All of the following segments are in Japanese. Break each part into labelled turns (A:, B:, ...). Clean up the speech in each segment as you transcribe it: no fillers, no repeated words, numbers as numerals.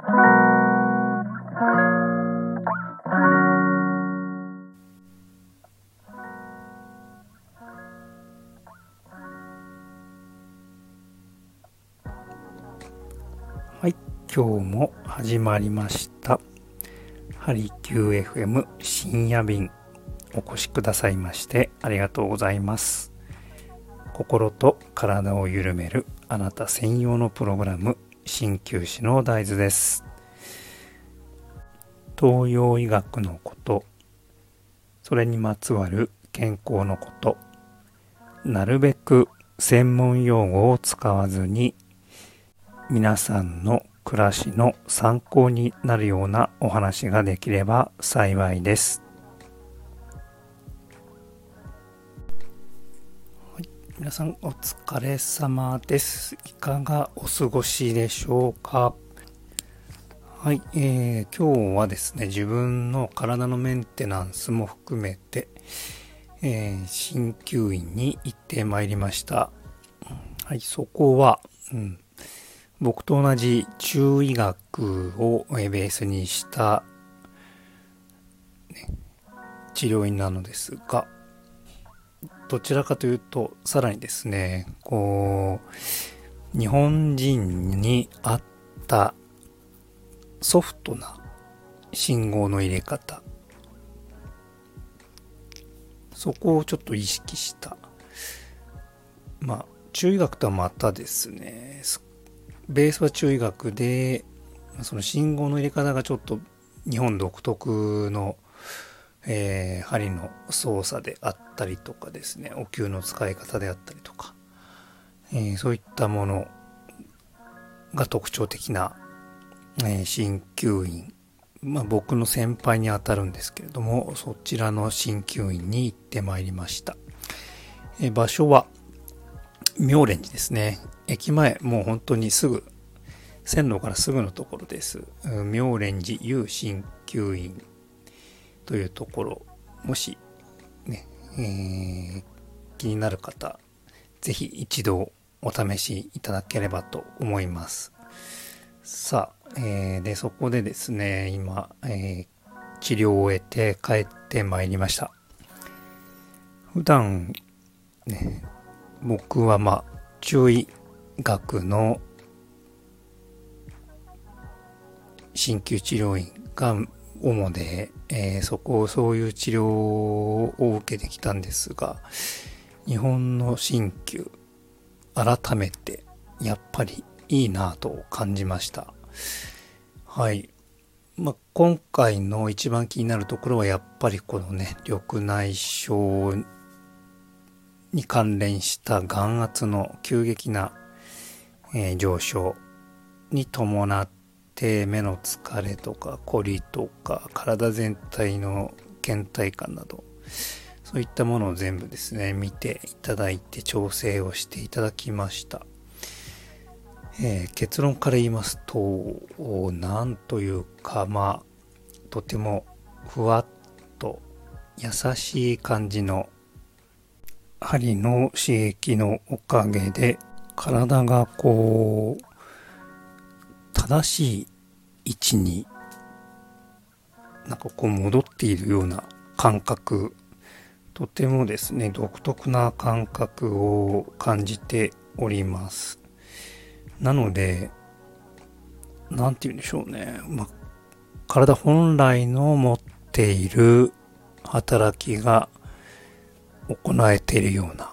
A: はい、今日も始まりました。ハリキュー FM 深夜便、お越しくださいましてありがとうございます。心と体を緩めるあなた専用のプログラム、鍼灸師の大豆です。東洋医学のこと、それにまつわる健康のこと、なるべく専門用語を使わずに皆さんの暮らしの参考になるようなお話ができれば幸いです。はい、皆さんお疲れ様です。いかがお過ごしでしょうか。はい、今日はですね、自分の体のメンテナンスも含めて、鍼灸院に行ってまいりました。はい、そこは、僕と同じ中医学をベースにした、治療院なのですが、どちらかというとさらにですね、日本人に合ったソフトな信号の入れ方、そこをちょっと意識した、中医学とはまたですね、ベースは中医学で、その信号の入れ方がちょっと日本独特の、針の操作であったりとかですね、お灸の使い方であったりとか、そういったものが特徴的な、鍼灸院、僕の先輩にあたるんですけれども、そちらの鍼灸院に行ってまいりました。場所は妙蓮寺ですね。駅前、もう本当にすぐ、線路からすぐのところです。妙蓮寺祐鍼灸院というところ、もしね、気になる方、ぜひ一度お試しいただければと思います。さあ、でそこでですね、今、治療を終えて帰ってまいりました。普段ね、僕は中医学の鍼灸治療院が主で、そういう治療を受けてきたんですが、日本の鍼灸改めてやっぱりいいなと感じました。はい。今回の一番気になるところはやっぱりこのね、緑内障に関連した眼圧の急激な、上昇に伴って目の疲れとか凝りとか体全体の倦怠感など、そういったものを全部ですね見ていただいて調整をしていただきました。結論から言いますと、なんというかとてもふわっと優しい感じの針の刺激のおかげで体が正しい位置に戻っているような感覚、とてもですね独特な感覚を感じております。なのでなんて言うんでしょうね、体本来の持っている働きが行えているような、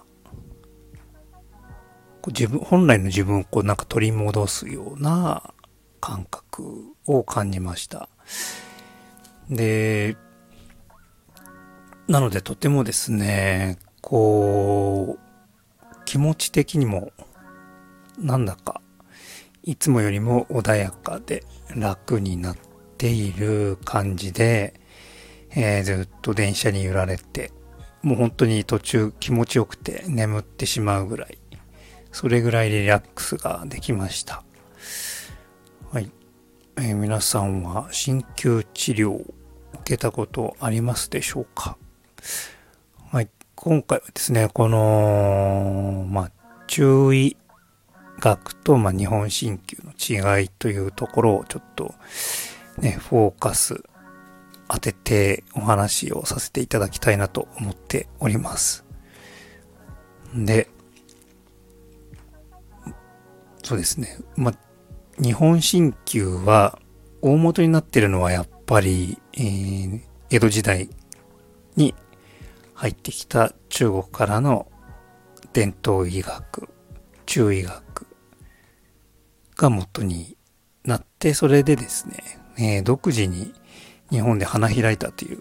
A: 本来の自分を取り戻すような感覚を感じました。で、なのでとてもですね、気持ち的にもなんだかいつもよりも穏やかで楽になっている感じで、ずっと電車に揺られて、もう本当に途中気持ちよくて眠ってしまうぐらい、それぐらいリラックスができました。はい。皆さんは鍼灸治療を受けたことありますでしょうか。はい。今回はですね、中医学と、日本鍼灸の違いというところをちょっとね、フォーカス当ててお話をさせていただきたいなと思っております。で、そうですね。日本鍼灸は大元になっているのはやっぱり、江戸時代に入ってきた中国からの伝統医学、中医学が元になって、それでですね、独自に日本で花開いたという、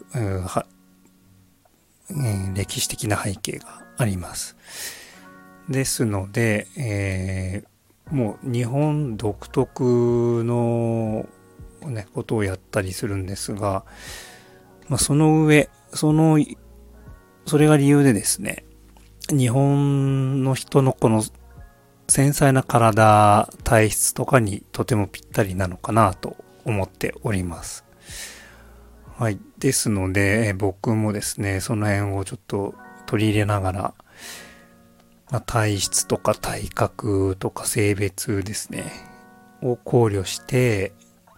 A: 歴史的な背景があります。ですので、もう日本独特の、ことをやったりするんですが、その上、それが理由でですね、日本の人のこの繊細な体質とかにとてもぴったりなのかなと思っております。はい。ですので、僕もですね、その辺をちょっと取り入れながら、体質とか体格とか性別ですね、を考慮して、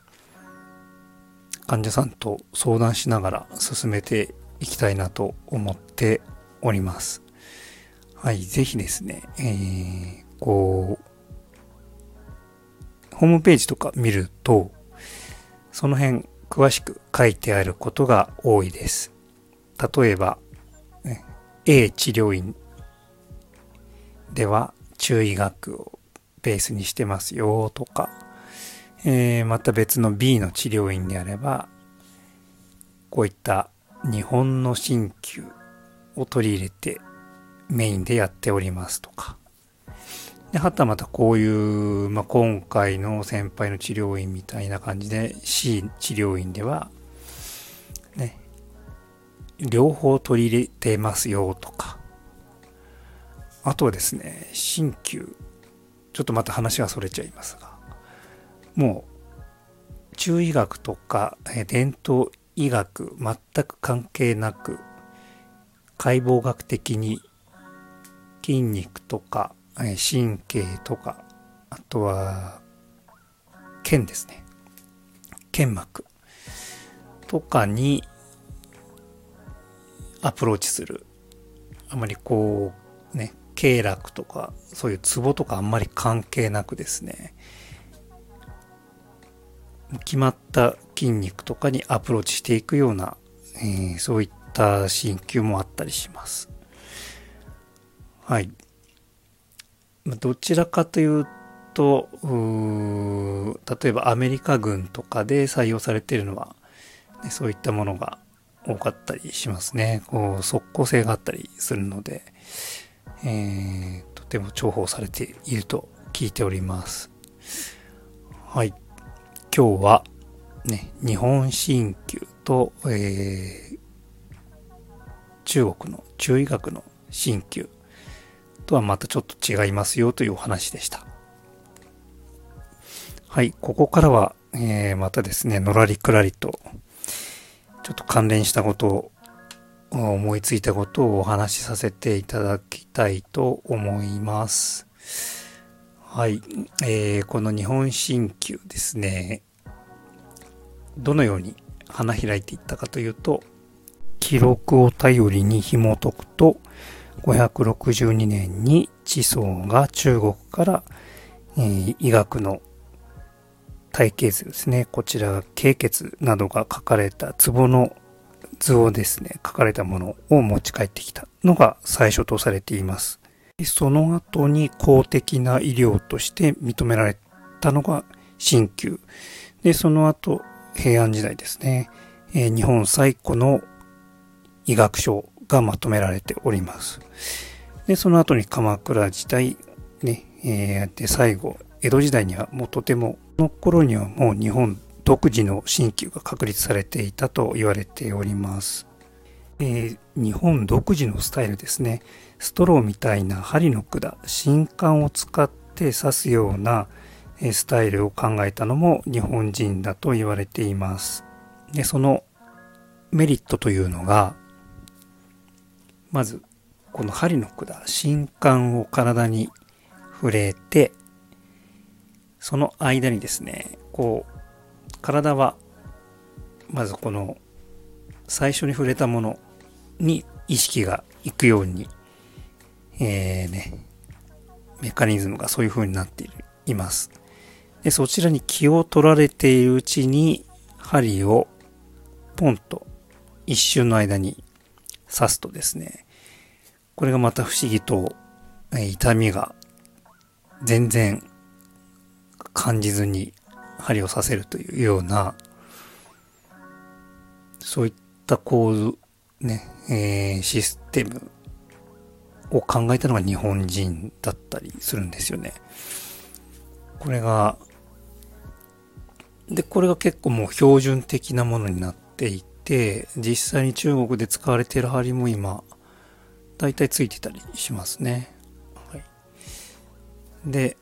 A: 患者さんと相談しながら進めていきたいなと思っております。はい。ぜひですね、ホームページとか見ると、その辺詳しく書いてあることが多いです。例えば、A 治療院では中医学をベースにしてますよとか、また別の B の治療院であれば、こういった日本の鍼灸を取り入れてメインでやっておりますとか。で、はたまたこういう、今回の先輩の治療院みたいな感じで C 治療院では、ね、両方取り入れてますよとか。あとはですね、鍼灸。ちょっとまた話がそれちゃいますが、もう中医学とか伝統医学全く関係なく、解剖学的に筋肉とか神経とか、あとは腱ですね、腱膜とかにアプローチする。あまり経絡とかそういうツボとかあんまり関係なくですね、決まった筋肉とかにアプローチしていくような、そういった鍼灸もあったりします。はい。どちらかというと、例えばアメリカ軍とかで採用されているのは、そういったものが多かったりしますね。即効性があったりするので、とても重宝されていると聞いております。はい。今日はね、日本鍼灸と、中国の中医学の鍼灸とはまたちょっと違いますよというお話でした。はい、ここからは、またですね、のらりくらりとちょっと関連したことを思いついたことをお話しさせていただきたいと思います。はい、この日本鍼灸ですね、どのように花開いていったかというと、記録を頼りに紐解くと、562年に地層が中国から、医学の体系図ですね、こちら経血などが書かれた壺の図をですね、書かれたものを持ち帰ってきたのが最初とされています。その後に公的な医療として認められたのが鍼灸で、その後平安時代ですね、日本最古の医学書がまとめられております。で、その後に鎌倉時代ね、で最後江戸時代にはもうとても、この頃にはもう日本独自の鍼灸が確立されていたと言われております。日本独自のスタイルですね。ストローみたいな針の管、針管を使って刺すようなスタイルを考えたのも日本人だと言われています。で、そのメリットというのが、まずこの針の管、針管を体に触れて、 その間にですね、こう、体は、まずこの、最初に触れたものに意識がいくように、メカニズムがそういう風になっています。で、そちらに気を取られているうちに、針をポンと一瞬の間に刺すとですね、これがまた不思議と、痛みが全然感じずに針を刺せるというような、そういった構図、ね、システムを考えたのが日本人だったりするんですよね。これが結構もう標準的なものになっていて、実際に中国で使われている針も今、だいたいついてたりしますね。はい、で、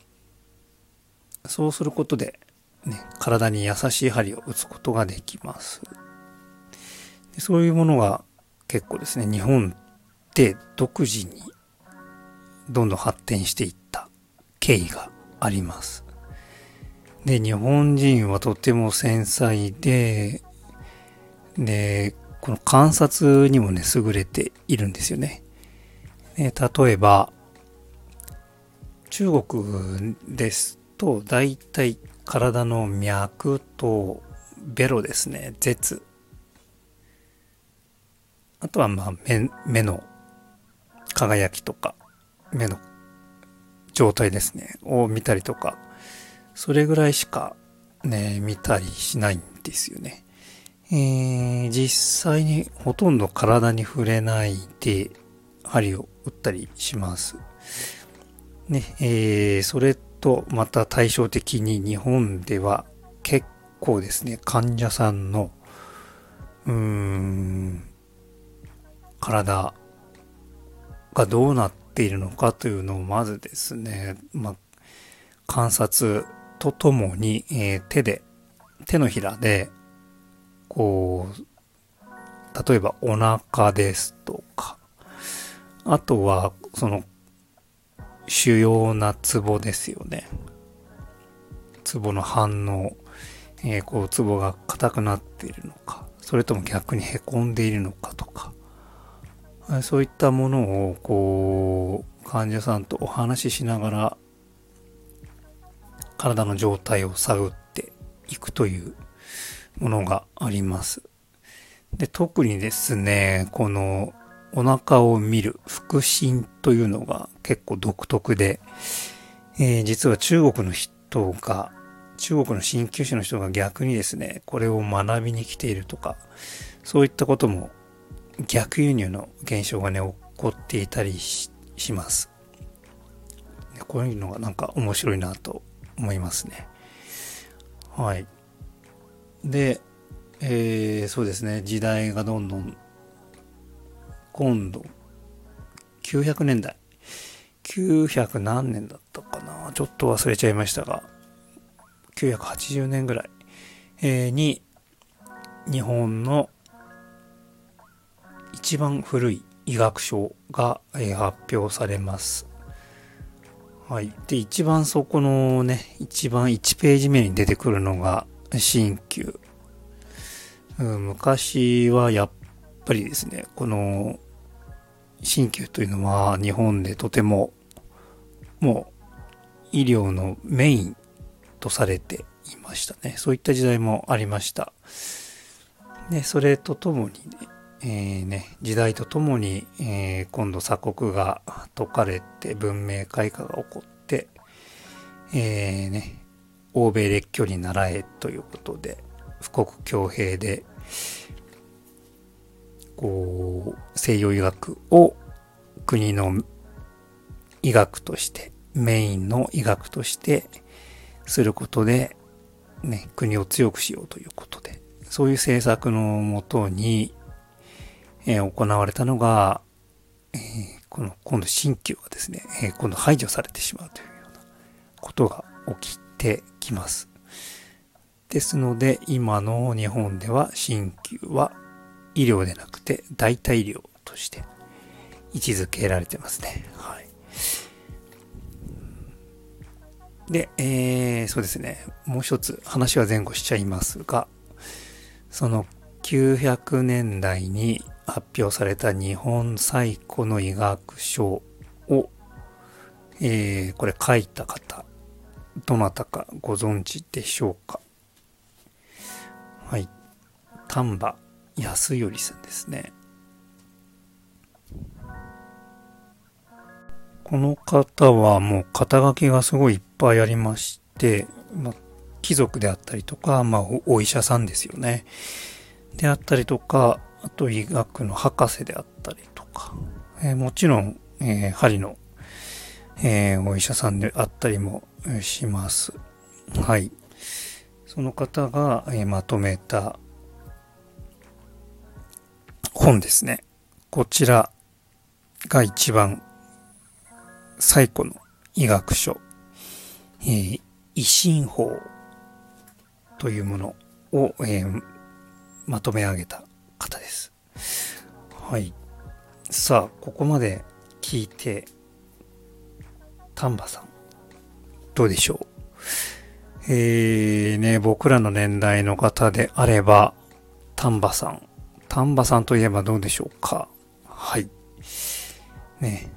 A: そうすることで、ね、体に優しい針を打つことができます。でそういうものが結構ですね、日本で独自にどんどん発展していった経緯があります。で、日本人はとても繊細で、この観察にもね、優れているんですよね。例えば、中国ですと、だいたい体の脈とベロですね、舌。あとは目の輝きとか、目の状態ですね、を見たりとか、それぐらいしかね、見たりしないんですよね。実際にほとんど体に触れないで針を打ったりします。ね、それとまた対照的に日本では結構ですね、患者さんの体がどうなっているのかというのをまずですね、観察とともに、手のひらでこう、例えばお腹ですとか、あとはその主要なツボですよね。ツボの反応、こうツボが硬くなっているのか、それとも逆にへこんでいるのかとか、そういったものをこう患者さんとお話ししながら体の状態を探っていくというものがあります。で、特にですね、このお腹を見る腹診というのが結構独特で、実は中国の鍼灸師の人が逆にですね、これを学びに来ているとか、そういったことも逆輸入の現象がね、起こっていたり します。こういうのがなんか面白いなと思いますね。はい。で、そうですね、時代がどんどん今度900年代900何年だったかな、ちょっと忘れちゃいましたが、980年ぐらい、に日本の一番古い医学書が、発表されます。はい。で、一番そこのね、一番1ページ目に出てくるのが鍼灸。昔はやっぱりですね、この鍼灸というのは日本でとてももう医療のメインとされていましたね。そういった時代もありました。で、それとともに時代とともに、今度鎖国が解かれて文明開化が起こって、欧米列強に倣えということで、富国強兵で、こう、西洋医学を国の医学として、メインの医学としてすることで、ね、国を強くしようということで、そういう政策のもとに、行われたのが、今度鍼灸がですね、今度排除されてしまうというようなことが起きてきます。ですので、今の日本では鍼灸は医療でなくて代替医療として位置づけられてますね。はい。 で、そうですね。もう一つ話は前後しちゃいますが、その900年代に発表された日本最古の医学書を、これ書いた方、どなたかご存知でしょうか。はい。丹波康頼さんですね。この方はもう肩書きがすごいいっぱいありまして、貴族であったりとか、お医者さんですよね。であったりとか、あと医学の博士であったりとか、もちろん、針の、お医者さんであったりもします。はい。その方が、まとめた本ですね。こちらが一番最古の医学書、医心法というものを、まとめ上げた方です。はい。さあ、ここまで聞いて、丹波さん、どうでしょう。僕らの年代の方であれば、丹波さんといえばどうでしょうか。はい。ね。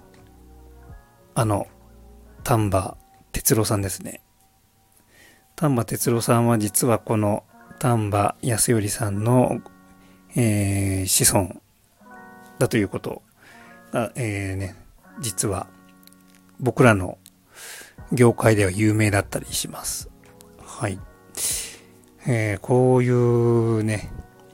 A: 丹波哲郎さんですね。丹波哲郎さんは実はこの丹波康頼さんの、子孫だということが、実は僕らの業界では有名だったりします。はい。こういうね、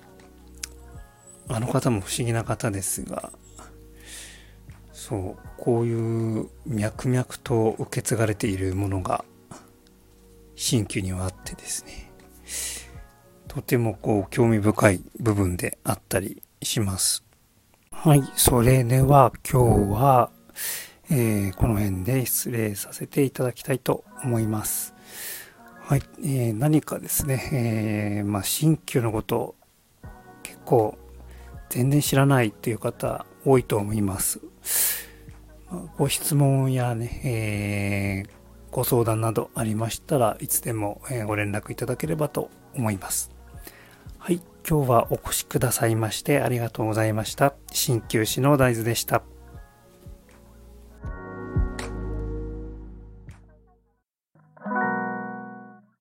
A: あの方も不思議な方ですが、そう、こういう脈々と受け継がれているものが新旧にはあってですね、とても興味深い部分であったりします。はい、それでは今日は、この辺で失礼させていただきたいと思います。はい、何かですね、新旧のこと結構全然知らないという方多いと思います。ご質問やね、ご相談などありましたらいつでもご連絡いただければと思います。はい、今日はお越しくださいましてありがとうございました。鍼灸師の大豆でした。